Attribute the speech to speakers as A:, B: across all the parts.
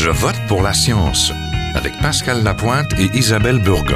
A: Je vote pour la science avec Pascal Lapointe et Isabelle Burgon.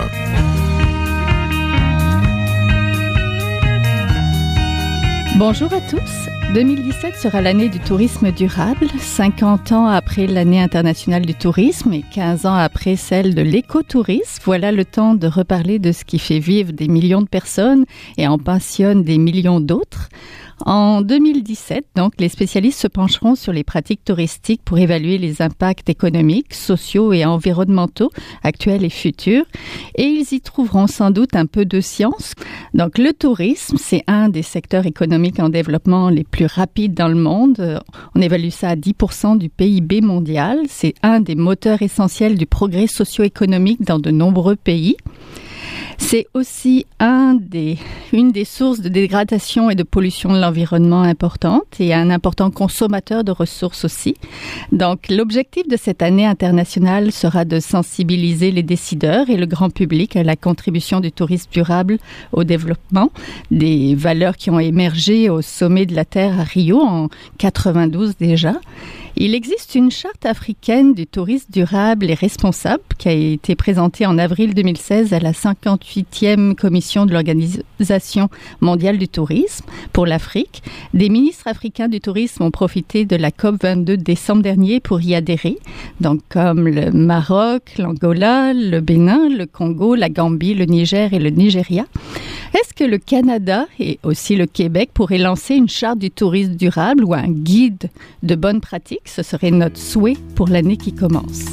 B: Bonjour à tous. 2017 sera l'année du tourisme durable, 50 ans après l'année internationale du tourisme et 15 ans après celle de l'écotourisme. Voilà le temps de reparler de ce qui fait vivre des millions de personnes et en passionne des millions d'autres. En 2017, donc, les spécialistes se pencheront sur les pratiques touristiques pour évaluer les impacts économiques, sociaux et environnementaux actuels et futurs. Et ils y trouveront sans doute un peu de science. Donc, le tourisme, c'est un des secteurs économiques en développement les plus rapides dans le monde. On évalue ça à 10% du PIB mondial. C'est un des moteurs essentiels du progrès socio-économique dans de nombreux pays. C'est aussi une des sources de dégradation et de pollution de l'environnement importante et un important consommateur de ressources aussi. Donc, l'objectif de cette année internationale sera de sensibiliser les décideurs et le grand public à la contribution du tourisme durable au développement, des valeurs qui ont émergé au sommet de la Terre à Rio en 92 déjà. Il existe une charte africaine du tourisme durable et responsable qui a été présentée en avril 2016 à la 58e commission de l'Organisation mondiale du tourisme pour l'Afrique. Des ministres africains du tourisme ont profité de la COP22 de décembre dernier pour y adhérer, donc comme le Maroc, l'Angola, le Bénin, le Congo, la Gambie, le Niger et le Nigeria. Est-ce que le Canada et aussi le Québec pourraient lancer une charte du tourisme durable ou un guide de bonnes pratiques? Ce serait notre souhait pour l'année qui commence.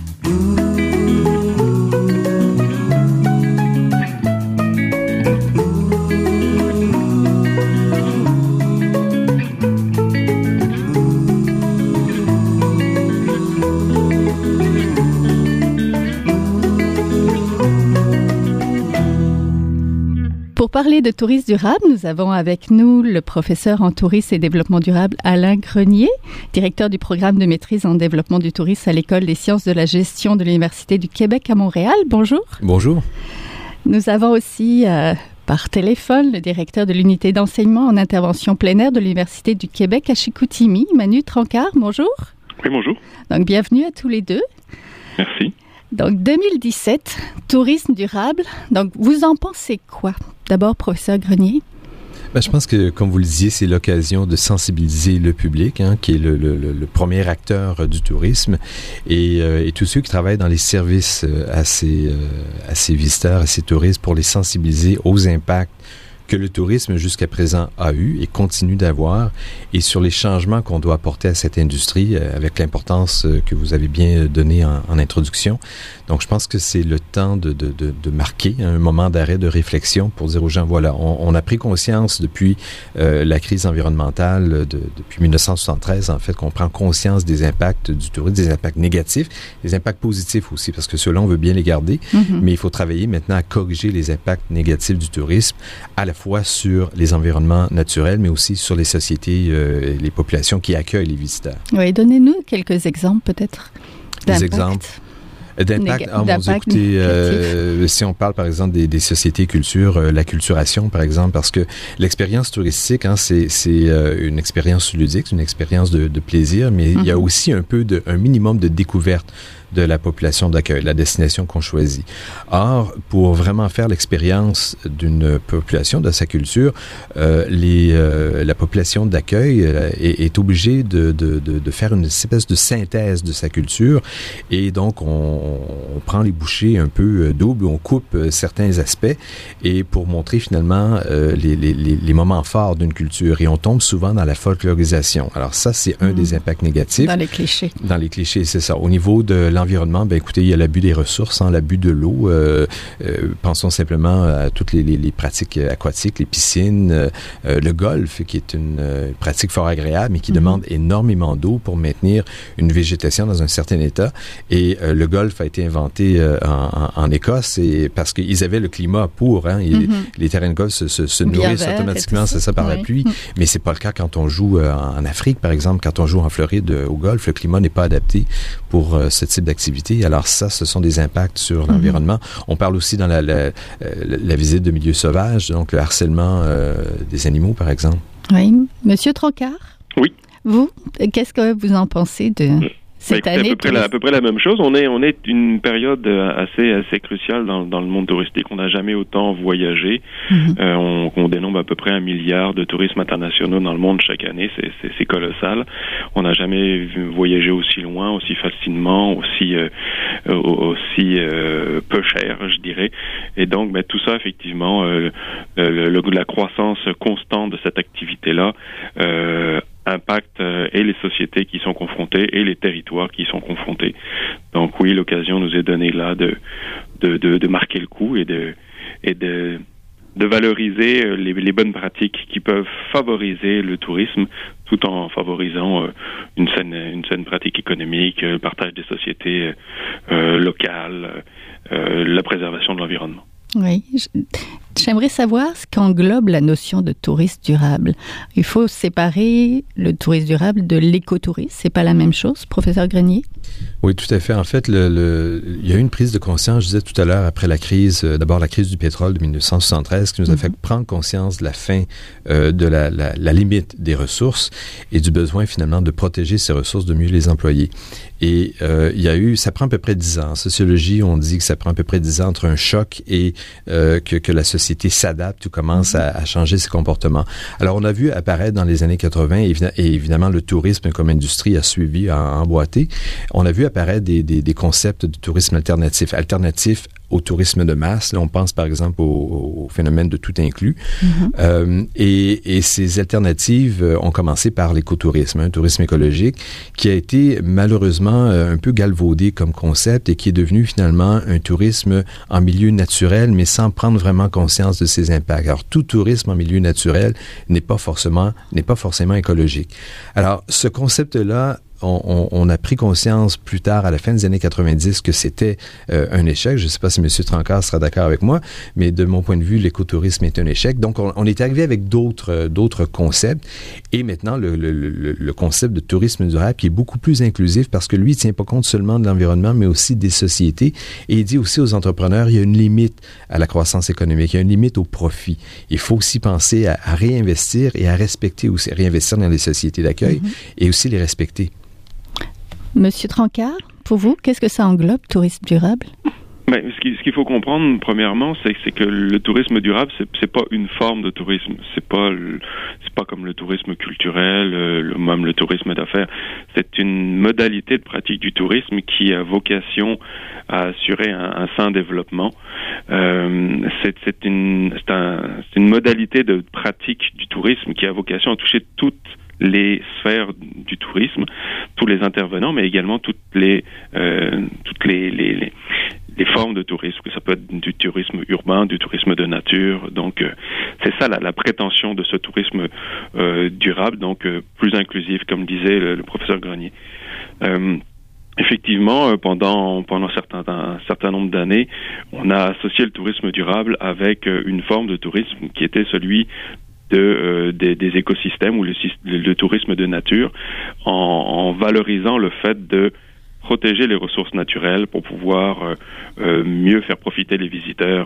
B: Pour parler de tourisme durable, nous avons avec nous le professeur en tourisme et développement durable Alain Grenier, directeur du programme de maîtrise en développement du tourisme à l'École des sciences de la gestion de l'Université du Québec à Montréal. Bonjour.
C: Bonjour.
B: Nous avons aussi par téléphone le directeur de l'unité d'enseignement en intervention plein air de l'Université du Québec à Chicoutimi, Manu Trancard. Bonjour.
D: Oui, bonjour.
B: Donc, bienvenue à tous les deux.
D: Merci.
B: Donc, 2017, tourisme durable. Donc, vous en pensez quoi? D'abord, professeur Grenier.
C: Je pense que, comme vous le disiez, c'est l'occasion de sensibiliser le public, qui est le premier acteur du tourisme, et tous ceux qui travaillent dans les services à ces visiteurs, à ces touristes, pour les sensibiliser aux impacts que le tourisme jusqu'à présent a eu et continue d'avoir, et sur les changements qu'on doit apporter à cette industrie avec l'importance que vous avez bien donnée en introduction. Donc, je pense que c'est le temps de marquer un moment d'arrêt, de réflexion pour dire aux gens, voilà, on a pris conscience depuis la crise environnementale depuis 1973, en fait, qu'on prend conscience des impacts du tourisme, des impacts négatifs, des impacts positifs aussi, parce que ceux-là, on veut bien les garder, mais il faut travailler maintenant à corriger les impacts négatifs du tourisme, à la fois sur les environnements naturels, mais aussi sur les sociétés, les populations qui accueillent les visiteurs.
B: Oui, donnez-nous quelques exemples peut-être d'impact.
C: Des exemples d'impact. Mon Dieu, écoutez, si on parle par exemple des sociétés culture, la culturation par exemple, parce que l'expérience touristique, c'est une expérience ludique, une expérience de plaisir, mais il y a aussi un minimum de découverte de la population d'accueil, la destination qu'on choisit. Or, pour vraiment faire l'expérience d'une population, de sa culture, la population d'accueil est obligée de faire une espèce de synthèse de sa culture, et donc on prend les bouchées un peu doubles, on coupe certains aspects, et pour montrer finalement les moments forts d'une culture, et on tombe souvent dans la folklorisation. Alors ça, c'est un des impacts négatifs.
B: Dans les clichés.
C: Dans les clichés, c'est ça. Au niveau de l'environnement, écoutez, il y a l'abus des ressources, l'abus de l'eau. Pensons simplement à toutes les pratiques aquatiques, les piscines, le golf, qui est une pratique fort agréable, mais qui demande énormément d'eau pour maintenir une végétation dans un certain état. Et le golf a été inventé en Écosse, et parce qu'ils avaient le climat pour. Les terrains de golf se nourrissent automatiquement, c'est ça, par la pluie. Mais c'est pas le cas quand on joue en Afrique, par exemple, quand on joue en Floride au golf, le climat n'est pas adapté pour ce type d'activité. Alors ça, ce sont des impacts sur l'environnement. On parle aussi dans la visite de milieux sauvages, donc le harcèlement des animaux, par exemple.
B: Oui. Monsieur Trancard?
D: Oui.
B: Vous, qu'est-ce que vous en pensez de cette année.
D: À peu près la même chose. On est une période assez cruciale dans le monde touristique. On n'a jamais autant voyagé. On dénombre à peu près 1 milliard de touristes internationaux dans le monde chaque année. C'est colossal. On n'a jamais voyagé aussi loin, aussi facilement, aussi peu cher, je dirais. Et donc, tout ça, effectivement, la croissance constante de cette activité-là impacte et les sociétés qui sont confrontées et les territoires qui y sont confrontés. Donc oui, l'occasion nous est donnée là de marquer le coup et de valoriser les bonnes pratiques qui peuvent favoriser le tourisme tout en favorisant une saine pratique économique, le partage des sociétés locales, la préservation de l'environnement.
B: Oui, j'aimerais savoir ce qu'englobe la notion de tourisme durable. Il faut séparer le tourisme durable de l'écotourisme. C'est pas la même chose, professeur Grenier?
C: Oui, tout à fait. En fait, il y a eu une prise de conscience, je disais tout à l'heure, après la crise, d'abord la crise du pétrole de 1973, qui nous a fait prendre conscience de la fin de la limite des ressources et du besoin finalement de protéger ces ressources, de mieux les employer. Et ça prend à peu près 10 ans. En sociologie, on dit que ça prend à peu près 10 ans entre un choc et que la société s'adapte ou commence à changer ses comportements. Alors, on a vu apparaître dans les années 80, et évidemment, le tourisme comme industrie a suivi, a emboîté. On a vu apparaître des concepts de tourisme alternatifs au tourisme de masse. Là, on pense par exemple au phénomène de tout inclus. Et ces alternatives ont commencé par l'écotourisme, un tourisme écologique qui a été malheureusement un peu galvaudé comme concept et qui est devenu finalement un tourisme en milieu naturel, mais sans prendre vraiment conscience de ses impacts. Alors, tout tourisme en milieu naturel n'est pas forcément écologique. Alors, ce concept-là, on a pris conscience plus tard, à la fin des années 90, que c'était un échec. Je ne sais pas si M. Trancard sera d'accord avec moi, mais de mon point de vue, l'écotourisme est un échec. Donc, on est arrivé avec d'autres concepts. Et maintenant, le concept de tourisme durable qui est beaucoup plus inclusif parce que lui, il ne tient pas compte seulement de l'environnement, mais aussi des sociétés. Et il dit aussi aux entrepreneurs, il y a une limite à la croissance économique, il y a une limite au profit. Il faut aussi penser à réinvestir et à respecter aussi, réinvestir dans les sociétés d'accueil et aussi les respecter.
B: Monsieur Trancard, pour vous, qu'est-ce que ça englobe, tourisme durable?
D: Ce qu'il faut comprendre, premièrement, c'est que le tourisme durable, c'est pas une forme de tourisme. C'est pas comme le tourisme culturel, même le tourisme d'affaires. C'est une modalité de pratique du tourisme qui a vocation à assurer un sain développement. C'est une modalité de pratique du tourisme qui a vocation à toucher toutes les sphères du tourisme, tous les intervenants, mais également toutes les formes de tourisme, que ça peut être du tourisme urbain, du tourisme de nature. Donc, c'est ça la prétention de ce tourisme durable, donc plus inclusif, comme disait le professeur Grenier. Effectivement, pendant un certain nombre d'années, on a associé le tourisme durable avec une forme de tourisme qui était celui des écosystèmes ou le tourisme de nature, en valorisant le fait de protéger les ressources naturelles pour pouvoir mieux en faire profiter les visiteurs.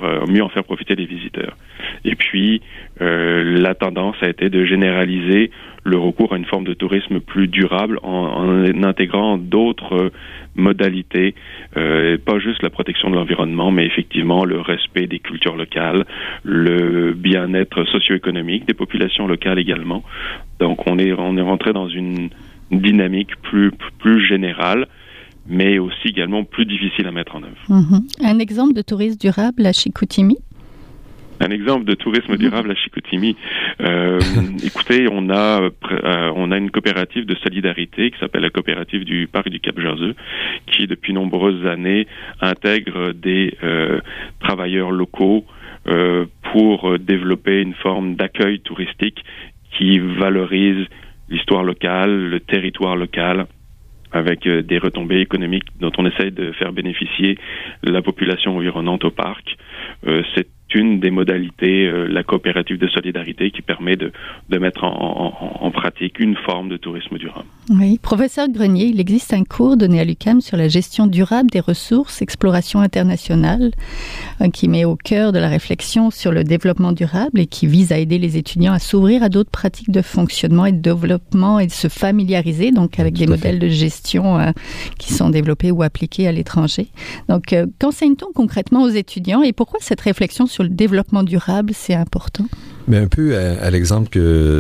D: Et puis, la tendance a été de généraliser le recours à une forme de tourisme plus durable en intégrant d'autres modalités, pas juste la protection de l'environnement, mais effectivement le respect des cultures locales, le bien-être socio-économique des populations locales également. Donc on est rentré dans une dynamique plus générale, mais aussi également plus difficile à mettre en œuvre.
B: Un exemple de tourisme durable à Chicoutimi?
D: Un exemple de tourisme durable à Chicoutimi. Écoutez, on a une coopérative de solidarité qui s'appelle la coopérative du Parc du Cap-Jaseux, qui depuis nombreuses années intègre des travailleurs locaux pour développer une forme d'accueil touristique qui valorise l'histoire locale, le territoire local, avec des retombées économiques dont on essaye de faire bénéficier la population environnante au parc. C'est une des modalités, la coopérative de solidarité, qui permet de mettre en pratique une forme de tourisme durable.
B: Oui, professeur Grenier, il existe un cours donné à l'UQAM sur la gestion durable des ressources, exploration internationale, qui met au cœur de la réflexion sur le développement durable et qui vise à aider les étudiants à s'ouvrir à d'autres pratiques de fonctionnement et de développement et de se familiariser donc avec des modèles de gestion qui sont développés ou appliqués à l'étranger. Donc, qu'enseigne-t-on concrètement aux étudiants et pourquoi cette réflexion sur le développement durable, c'est important?
C: Mais un peu à l'exemple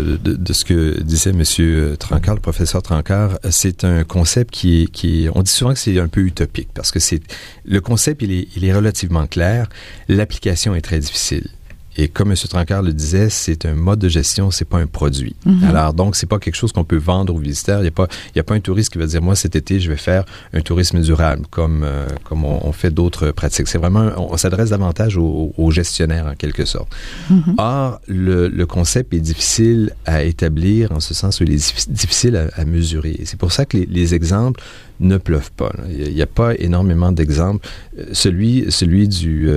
C: de ce que disait M. Trancard, le professeur Trancard, c'est un concept qui on dit souvent que c'est un peu utopique parce que le concept, il est relativement clair, l'application est très difficile. Et comme M. Trancard le disait, c'est un mode de gestion, c'est pas un produit. Mm-hmm. Alors, donc, c'est pas quelque chose qu'on peut vendre aux visiteurs. Il y a pas un touriste qui va dire, moi, cet été, je vais faire un tourisme durable, comme on fait d'autres pratiques. C'est vraiment, on s'adresse davantage aux gestionnaires, en quelque sorte. Mm-hmm. Or, le concept est difficile à établir, en ce sens où il est difficile à mesurer. Et c'est pour ça que les exemples ne pleuvent pas. Il n'y a pas énormément d'exemples. Celui du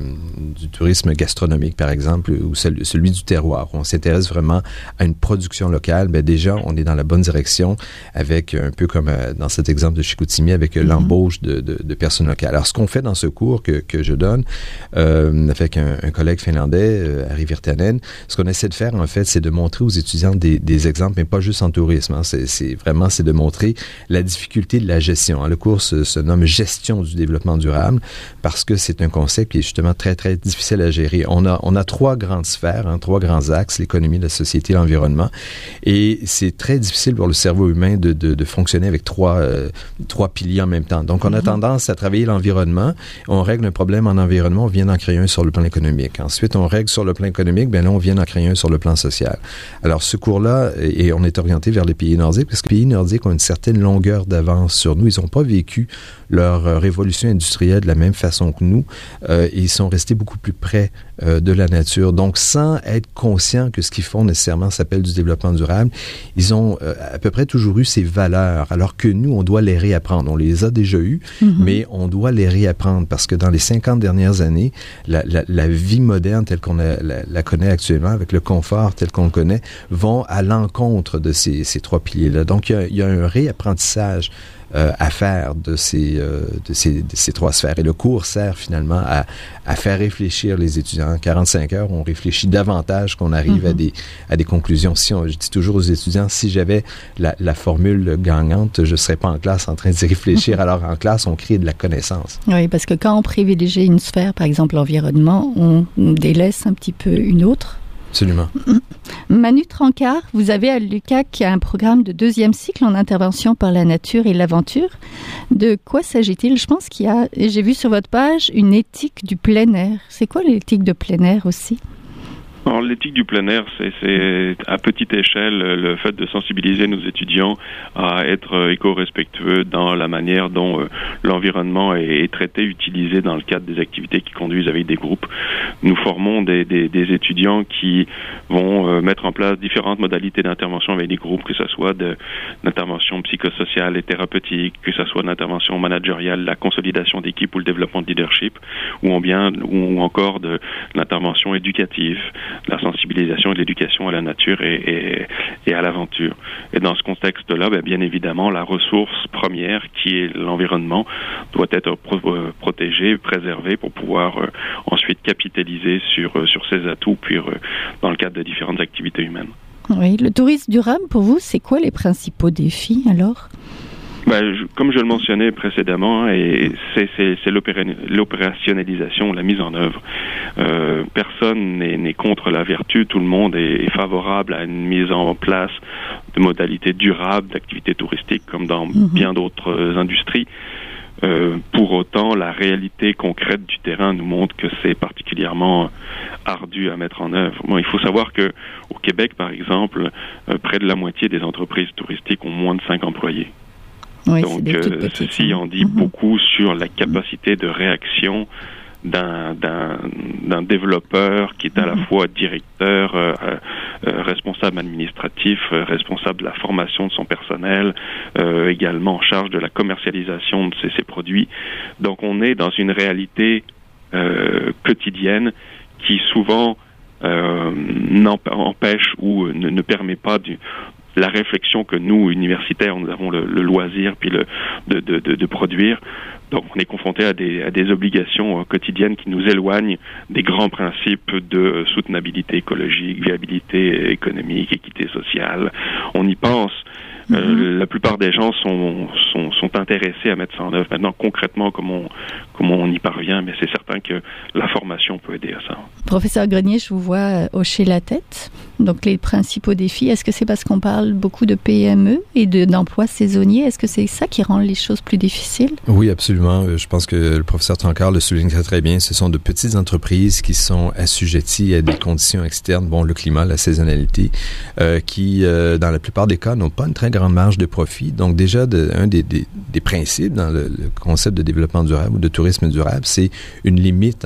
C: tourisme gastronomique, par exemple, ou celui du terroir, où on s'intéresse vraiment à une production locale, bien déjà, on est dans la bonne direction avec, un peu comme dans cet exemple de Chicoutimi, avec l'embauche de personnes locales. Alors, ce qu'on fait dans ce cours que je donne avec un collègue finlandais, Ari Virtanen, ce qu'on essaie de faire, en fait, c'est de montrer aux étudiants des exemples, mais pas juste en tourisme. Hein. C'est de montrer la difficulté de la gestion. Le cours se nomme Gestion du développement durable parce que c'est un concept qui est justement très, très difficile à gérer. On a trois grandes sphères, trois grands axes, l'économie, la société, l'environnement. Et c'est très difficile pour le cerveau humain de fonctionner avec trois piliers en même temps. Donc, on a tendance à travailler l'environnement. On règle un problème en environnement, on vient d'en créer un sur le plan économique. Ensuite, on règle sur le plan économique, bien là, on vient d'en créer un sur le plan social. Alors, ce cours-là, et on est orienté vers les pays nordiques parce que les pays nordiques ont une certaine longueur d'avance sur nous. Ils n'ont pas vécu leur révolution industrielle de la même façon que nous. Ils sont restés beaucoup plus près de la nature. Donc, sans être conscients que ce qu'ils font nécessairement s'appelle du développement durable, ils ont à peu près toujours eu ces valeurs, alors que nous, on doit les réapprendre. On les a déjà eues, mais on doit les réapprendre parce que dans les 50 dernières années, la vie moderne telle qu'on la connaît actuellement, avec le confort tel qu'on le connaît, vont à l'encontre de ces trois piliers-là. Donc, il y a un réapprentissage à faire de ces trois sphères. Et le cours sert finalement à faire réfléchir les étudiants. En 45 heures, on réfléchit davantage qu'on arrive à des conclusions. Je dis toujours aux étudiants, si j'avais la formule gagnante, je ne serais pas en classe en train d'y réfléchir. Alors, en classe, on crée de la connaissance.
B: Oui, parce que quand on privilégie une sphère, par exemple l'environnement, on délaisse un petit peu une autre.
C: Absolument.
B: Manu Trancard, vous avez à l'UQAC un programme de 2e cycle en intervention par la nature et l'aventure. De quoi s'agit-il? Je pense qu'il y a, j'ai vu sur votre page, une éthique du plein air. C'est quoi l'éthique de plein air aussi?
D: Alors, l'éthique du plein air, c'est à petite échelle le fait de sensibiliser nos étudiants à être éco-respectueux dans la manière dont l'environnement est traité, utilisé dans le cadre des activités qu'ils conduisent avec des groupes. Nous formons des étudiants qui vont mettre en place différentes modalités d'intervention avec des groupes, que ce soit de l'intervention psychosociale et thérapeutique, que ce soit d'intervention managériale, la consolidation d'équipe ou le développement de leadership, ou encore de l'intervention éducative, la sensibilisation et l'éducation à la nature et à l'aventure. Et dans ce contexte-là, bien évidemment, la ressource première, qui est l'environnement, doit être protégée, préservée pour pouvoir ensuite capitaliser sur ses atouts, puis dans le cadre de différentes activités humaines.
B: Oui, le tourisme durable, pour vous, c'est quoi les principaux défis alors?
D: Comme je le mentionnais précédemment, et c'est l'opérationnalisation, la mise en œuvre. Personne n'est contre la vertu, tout le monde est favorable à une mise en place de modalités durables d'activités touristiques comme dans bien d'autres industries. Pour autant, la réalité concrète du terrain nous montre que c'est particulièrement ardu à mettre en œuvre. Il faut savoir que au Québec, par exemple, près de la moitié des entreprises touristiques ont moins de 5 employés.
B: Oui,
D: donc, ceci en dit beaucoup sur la capacité de réaction d'un développeur qui est à la fois directeur, responsable administratif, responsable de la formation de son personnel, également en charge de la commercialisation de ses produits. Donc, on est dans une réalité quotidienne qui souvent empêche ou ne permet pas la réflexion que nous, universitaires, nous avons le loisir puis de produire. Donc, on est confronté à des obligations quotidiennes qui nous éloignent des grands principes de soutenabilité écologique, viabilité économique, équité sociale. On y pense. La plupart des gens sont intéressés à mettre ça en œuvre. Maintenant, concrètement, comment on y parvient, mais c'est certain que la formation peut aider à ça.
B: Professeur Grenier, je vous vois hocher la tête. Donc, les principaux défis, est-ce que c'est parce qu'on parle beaucoup de PME et d'emplois saisonniers? Est-ce que c'est ça qui rend les choses plus difficiles?
C: Oui, absolument. Je pense que le professeur Trancard le souligne très, très bien. Ce sont de petites entreprises qui sont assujetties à des conditions externes, le climat, la saisonnalité, qui, dans la plupart des cas, n'ont pas une très grande marge de profit. Donc, déjà, un des principes dans le concept de développement durable ou de tourisme durable, c'est une limite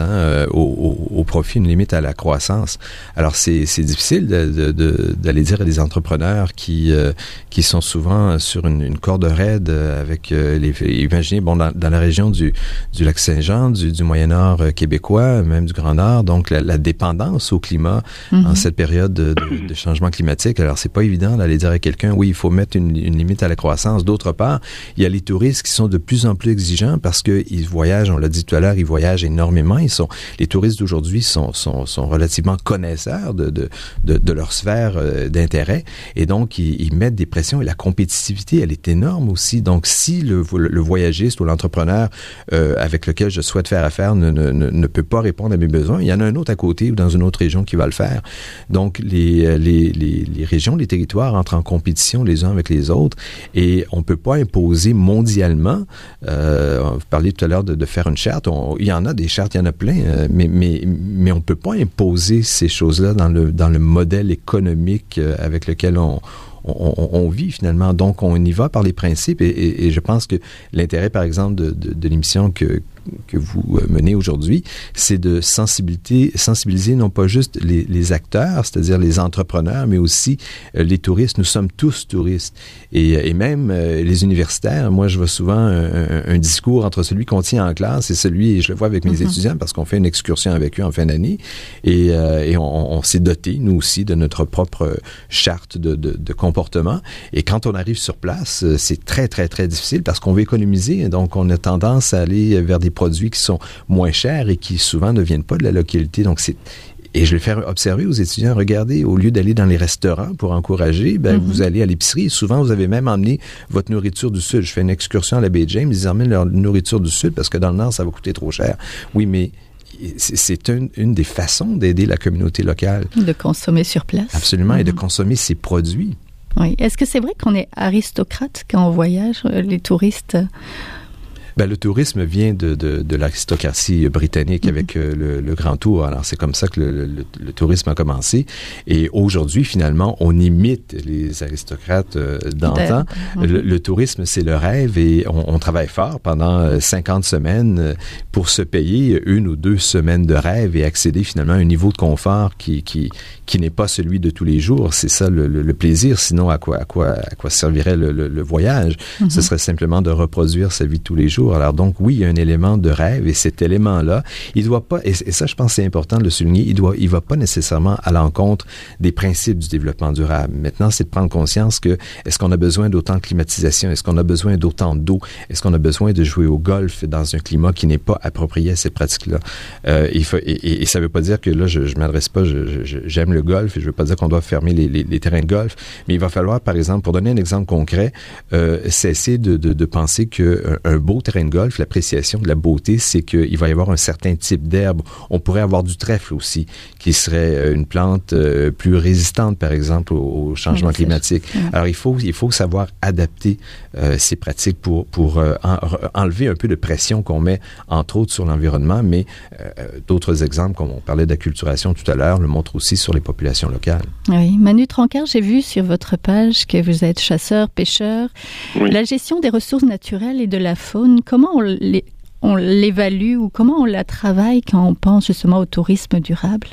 C: au profit, une limite à la croissance. Alors, c'est difficile d'aller dire à des entrepreneurs qui sont souvent sur une corde raide avec imaginez, dans la région du lac Saint-Jean, du Moyen-Nord québécois, même du Grand Nord, donc la dépendance au climat en cette période de changement climatique. Alors, c'est pas évident d'aller dire à quelqu'un, oui, il faut mettre une limite à la croissance. D'autre part, il y a les touristes qui sont de plus en plus exigeants parce qu'ils voyagent, on l'a dit tout à l'heure, ils voyagent énormément. Les touristes d'aujourd'hui sont relativement connaisseurs de leur sphère d'intérêt et donc ils mettent des pressions et la compétitivité, elle est énorme aussi. Donc, si le voyagiste ou l'entrepreneur avec lequel je souhaite faire affaire ne peut pas répondre à mes besoins, il y en a un autre à côté ou dans une autre région qui va le faire. Donc, les régions, les territoires entrent en compétition les uns avec les autres et on peut pas imposer mondialement. Vous parliez tout à l'heure de faire une charte. Il y en a des chartes, il y en a plein, mais on peut pas imposer ces choses-là dans le modèle économique avec lequel on vit finalement. Donc, on y va par les principes et je pense que l'intérêt, par exemple, de l'émission que vous menez aujourd'hui, c'est de sensibiliser non pas juste les acteurs, c'est-à-dire les entrepreneurs, mais aussi les touristes. Nous sommes tous touristes. Et même les universitaires, moi, je vois souvent un discours entre celui qu'on tient en classe et je le vois avec mes étudiants parce qu'on fait une excursion avec eux en fin d'année et on s'est doté, nous aussi, de notre propre charte de comportement. Et quand on arrive sur place, c'est très, très, très difficile parce qu'on veut économiser. Donc, on a tendance à aller vers des produits qui sont moins chers et qui souvent ne viennent pas de la localité. Donc, et je vais faire observer aux étudiants, regardez, au lieu d'aller dans les restaurants pour encourager, vous allez à l'épicerie. Souvent, vous avez même emmené votre nourriture du Sud. Je fais une excursion à la baie James, ils emmènent leur nourriture du Sud parce que dans le Nord, ça va coûter trop cher. Oui, mais c'est une des façons d'aider la communauté locale. De
B: consommer sur place.
C: Absolument, et de consommer ces produits.
B: Oui. Est-ce que c'est vrai qu'on est aristocrate quand on voyage, les touristes?
C: Le tourisme vient de l'aristocratie britannique avec le Grand Tour. Alors, c'est comme ça que le tourisme a commencé. Et aujourd'hui, finalement, on imite les aristocrates d'antan. Le tourisme, c'est le rêve et on travaille fort pendant 50 semaines pour se payer 1 ou 2 semaines de rêve et accéder finalement à un niveau de confort qui n'est pas celui de tous les jours. C'est ça le plaisir. Sinon, à quoi servirait le voyage? Ce serait simplement de reproduire sa vie de tous les jours. Alors donc, oui, il y a un élément de rêve et cet élément-là, il doit pas, et ça, je pense que c'est important de le souligner, il va pas nécessairement à l'encontre des principes du développement durable. Maintenant, c'est de prendre conscience que est-ce qu'on a besoin d'autant de climatisation? Est-ce qu'on a besoin d'autant d'eau? Est-ce qu'on a besoin de jouer au golf dans un climat qui n'est pas approprié à ces pratiques-là? Et ça veut pas dire que là, je m'adresse pas, j'aime le golf et je veux pas dire qu'on doit fermer les terrains de golf, mais il va falloir, par exemple, pour donner un exemple concret, cesser de penser qu'un beau terrain de golf, l'appréciation de la beauté, c'est qu'il va y avoir un certain type d'herbe. On pourrait avoir du trèfle aussi, qui serait une plante plus résistante, par exemple, au changement climatique. Alors, il faut savoir adapter ces pratiques pour enlever un peu de pression qu'on met, entre autres, sur l'environnement, mais d'autres exemples, comme on parlait d'acculturation tout à l'heure, le montrent aussi sur les populations locales.
B: Oui. Manu Trancard, j'ai vu sur votre page que vous êtes chasseur, pêcheur. Oui. La gestion des ressources naturelles et de la faune, comment on l'évalue ou comment on la travaille quand on pense justement au tourisme durable?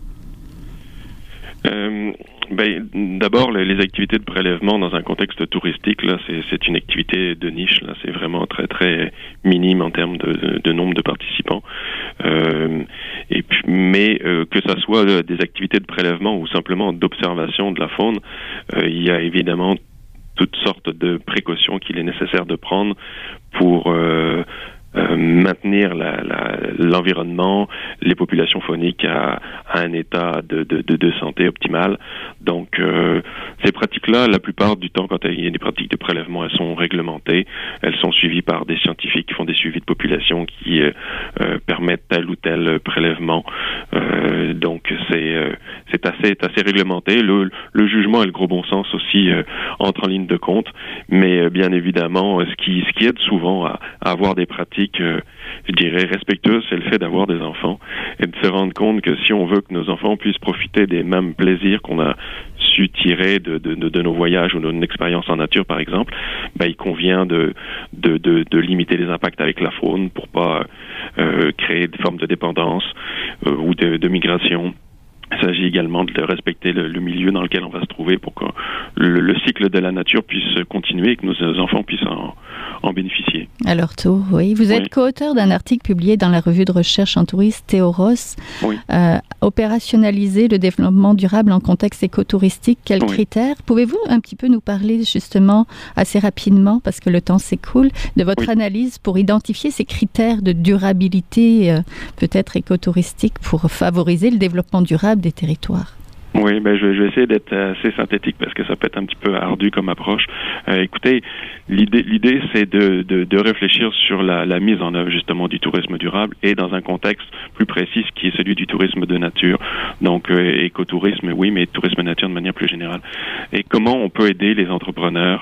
D: D'abord, les activités de prélèvement dans un contexte touristique, là, c'est une activité de niche. Là, c'est vraiment très très minime en termes de nombre de participants. Et puis mais que ça soit des activités de prélèvement ou simplement d'observation de la faune, il y a évidemment toutes sortes de précautions qu'il est nécessaire de prendre pour maintenir l'environnement, les populations fauniques à un état de santé optimal. Donc, ces pratiques-là, la plupart du temps, quand il y a des pratiques de prélèvement, elles sont réglementées. Elles sont suivies par des scientifiques qui font des suivis de population qui permettent tel ou tel prélèvement. Donc, c'est assez réglementé. Le jugement et le gros bon sens aussi entrent en ligne de compte. Mais bien évidemment, ce qui aide souvent à avoir des pratiques je dirais respectueuses, c'est le fait d'avoir des enfants et de se rendre compte que si on veut que nos enfants puissent profiter des mêmes plaisirs qu'on a su tirer de nos voyages ou de nos expériences en nature, par exemple, il convient de limiter les impacts avec la faune pour pas créer des formes de dépendance ou de migration. Il s'agit également de respecter le milieu dans lequel on va se trouver pour que le cycle de la nature puisse continuer et que nos enfants puissent en bénéficier.
B: À leur tour, oui. Vous êtes co-auteur d'un article publié dans la revue de recherche en tourisme Théoros. Oui. Opérationnaliser le développement durable en contexte écotouristique, quels critères? Pouvez-vous un petit peu nous parler justement assez rapidement, parce que le temps s'écoule, de votre analyse pour identifier ces critères de durabilité peut-être écotouristique pour favoriser le développement durable des territoires?
D: Oui, je vais essayer d'être assez synthétique parce que ça peut être un petit peu ardu comme approche. Écoutez, l'idée c'est de réfléchir sur la mise en œuvre justement du tourisme durable et dans un contexte plus précis qui est celui du tourisme de nature. Donc écotourisme, oui, mais tourisme nature de manière plus générale. Et comment on peut aider les entrepreneurs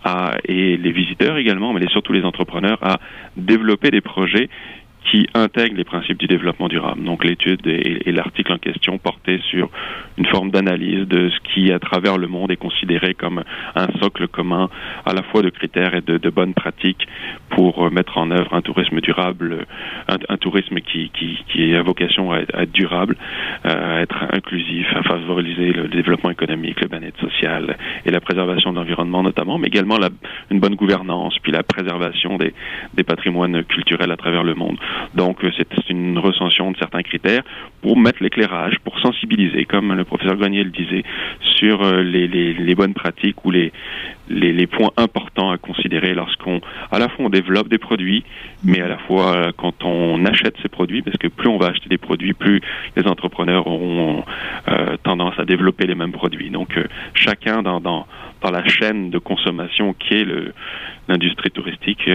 D: et les visiteurs également, mais surtout les entrepreneurs à développer des projets qui intègre les principes du développement durable. Donc l'étude et l'article en question portaient sur une forme d'analyse de ce qui, à travers le monde, est considéré comme un socle commun, à la fois de critères et de bonnes pratiques pour mettre en œuvre un tourisme durable, un tourisme qui a vocation à être durable, à être inclusif, à favoriser le développement économique, le bien-être social et la préservation de l'environnement notamment, mais également une bonne gouvernance, puis la préservation des patrimoines culturels à travers le monde. Donc, c'est une recension de certains critères pour mettre l'éclairage, pour sensibiliser, comme le professeur Grenier le disait, sur les bonnes pratiques ou les points importants à considérer lorsqu'on, à la fois on développe des produits, mais à la fois quand on achète ces produits, parce que plus on va acheter des produits, plus les entrepreneurs auront tendance à développer les mêmes produits. Donc, chacun dans la chaîne de consommation qui est l'industrie touristique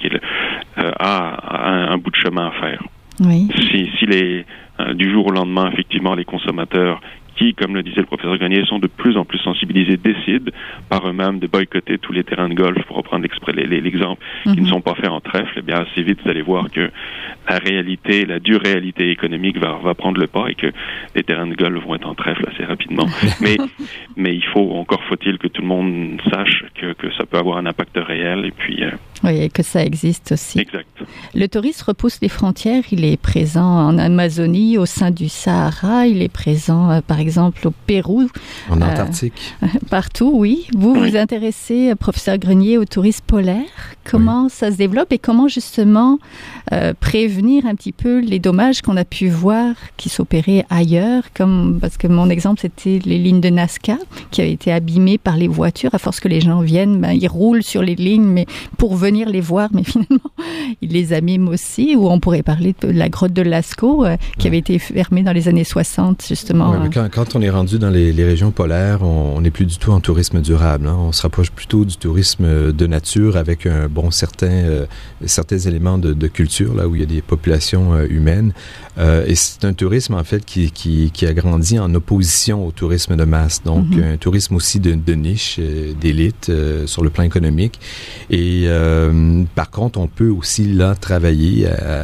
D: a un bout de chemin à faire.
B: Oui.
D: Si du jour au lendemain, effectivement, les consommateurs qui, comme le disait le professeur Grenier, sont de plus en plus sensibilisés, décident par eux-mêmes de boycotter tous les terrains de golf, pour reprendre l'exemple, qui ne sont pas faits en trèfle, eh bien, assez vite, vous allez voir que la dure réalité économique va prendre le pas et que les terrains de golf vont être en trèfle assez rapidement. mais encore faut-il que tout le monde sache que ça peut avoir un impact réel et puis...
B: Oui, et que ça existe aussi.
D: Exact.
B: Le tourisme repousse les frontières. Il est présent en Amazonie, au sein du Sahara. Il est présent, par exemple, au Pérou.
C: En Antarctique.
B: Partout, oui. Vous vous intéressez, professeur Grenier, au tourisme polaire. Comment ça se développe et comment, justement, prévenir un petit peu les dommages qu'on a pu voir qui s'opéraient ailleurs, parce que mon exemple, c'était les lignes de Nazca qui avaient été abîmées par les voitures. À force que les gens viennent, ils roulent sur les lignes, mais pour venir les voir, mais finalement, ils les abîment aussi. Ou on pourrait parler de la grotte de Lascaux, qui avait été fermée dans les années 60, justement.
C: Oui, mais quand on est rendu dans les régions polaires, on n'est plus du tout en tourisme durable. Hein. On se rapproche plutôt du tourisme de nature avec certains éléments de culture, là où il y a des populations humaines. Et c'est un tourisme, en fait, qui a grandi en opposition au tourisme de masse. Donc, un tourisme aussi de niche, d'élite, sur le plan économique. Et par contre, on peut aussi, là, travailler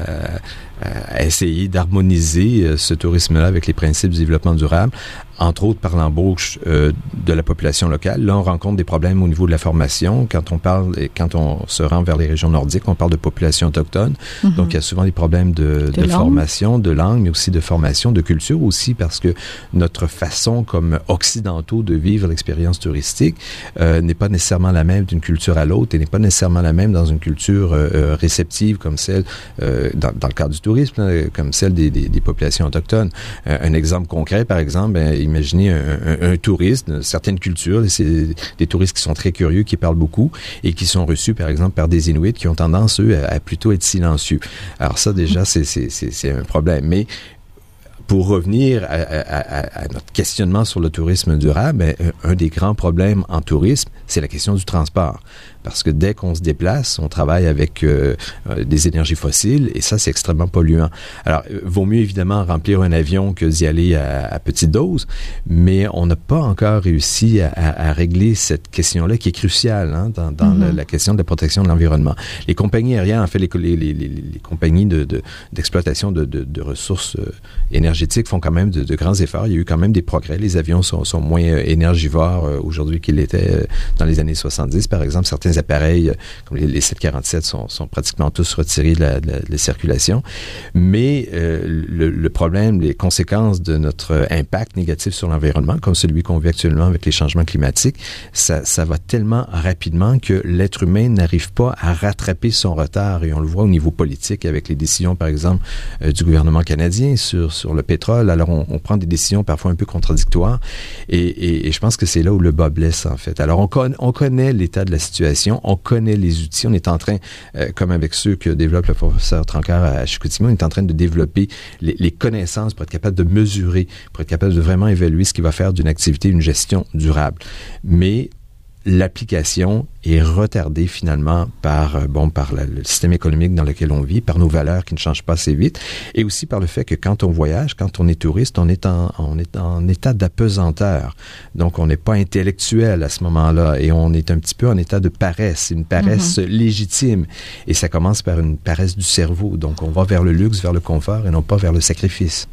C: à essayer d'harmoniser ce tourisme-là avec les principes du développement durable, entre autres par l'embauche de la population locale. Là, on rencontre des problèmes au niveau de la formation. Quand on se rend vers les régions nordiques, on parle de population autochtone. Donc, il y a souvent des problèmes de formation, de langue, mais aussi de formation, de culture aussi, parce que notre façon, comme occidentaux, de vivre l'expérience touristique n'est pas nécessairement la même d'une culture à l'autre et n'est pas nécessairement la même dans une culture réceptive comme celle, dans le cadre du tourisme, comme celle des populations autochtones. Un exemple concret, par exemple, imaginez un touriste, certaines cultures, c'est des touristes qui sont très curieux, qui parlent beaucoup et qui sont reçus, par exemple, par des Inuits qui ont tendance, eux, à plutôt être silencieux. Alors ça, déjà, c'est un problème. Mais pour revenir à notre questionnement sur le tourisme durable, un des grands problèmes en tourisme, c'est la question du transport. Parce que dès qu'on se déplace, on travaille avec des énergies fossiles et ça, c'est extrêmement polluant. Alors, vaut mieux évidemment remplir un avion que d'y aller à petite dose, mais on n'a pas encore réussi à régler cette question-là qui est cruciale dans la question de la protection de l'environnement. Les compagnies aériennes, en fait, les compagnies d'exploitation de ressources énergétiques font quand même de grands efforts. Il y a eu quand même des progrès. Les avions sont moins énergivores aujourd'hui qu'ils l'étaient dans les années 70, par exemple. Certains appareils, comme les 747, sont pratiquement tous retirés de la circulation. Mais le problème, les conséquences de notre impact négatif sur l'environnement, comme celui qu'on vit actuellement avec les changements climatiques, ça va tellement rapidement que l'être humain n'arrive pas à rattraper son retard. Et on le voit au niveau politique avec les décisions, par exemple, du gouvernement canadien sur le pétrole. Alors, on prend des décisions parfois un peu contradictoires. Et je pense que c'est là où le bas blesse, en fait. Alors, on connaît l'état de la situation. On connaît les outils. On est en train, comme avec ceux que développe le professeur Trancard à Chicoutimi, on est en train de développer les connaissances pour être capable de mesurer, pour être capable de vraiment évaluer ce qui va faire d'une activité une gestion durable. Mais l'application est retardée finalement par le système économique dans lequel on vit, par nos valeurs qui ne changent pas assez vite, et aussi par le fait que quand on voyage, quand on est touriste, on est en état d'apesanteur. Donc, on n'est pas intellectuel à ce moment-là, et on est un petit peu en état de paresse, une paresse légitime. Et ça commence par une paresse du cerveau. Donc, on va vers le luxe, vers le confort, et non pas vers le sacrifice.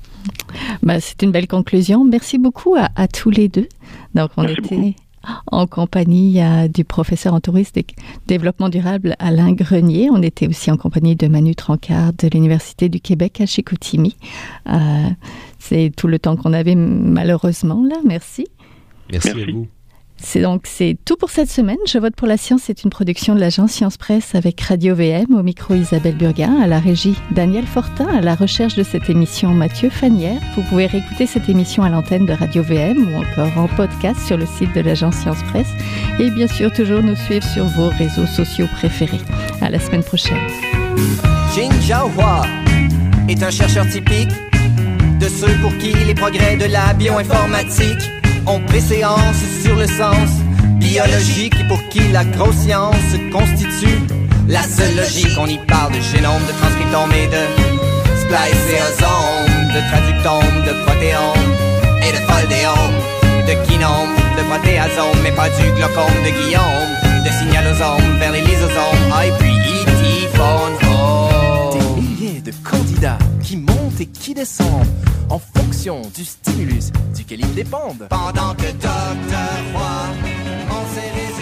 B: C'est une belle conclusion. Merci beaucoup à tous les deux. Donc, on était en compagnie du professeur en tourisme et développement durable Alain Grenier. On était aussi en compagnie de Manu Trancard de l'Université du Québec à Chicoutimi. C'est tout le temps qu'on avait malheureusement là. Merci.
C: Merci à vous.
B: C'est tout pour cette semaine. Je vote pour la science. C'est une production de l'agence Science Presse avec Radio VM. Au micro, Isabelle Burguin. À la régie, Daniel Fortin. À la recherche de cette émission, Mathieu Fanière. Vous pouvez réécouter cette émission à l'antenne de Radio VM ou encore en podcast sur le site de l'agence Science Presse. Et bien sûr, toujours nous suivre sur vos réseaux sociaux préférés. À la semaine prochaine.
E: Jing Jiahua est un chercheur typique de ceux pour qui les progrès de la bioinformatique ont préséance sur le sens biologique et pour qui la grosse science constitue la seule logique. On y parle de génome, de transcriptome et de spliceosome, de traductome, de protéome et de foldéome, de kinome, de protéasome, mais pas du glaucome de Guillaume, de signalosome vers les lysosomes, et puis E.T. phone home.
F: Des milliers de candidats qui montent et qui descendent en fonction du stimulus duquel ils dépendent.
E: Pendant que Dr. Roy, on s'est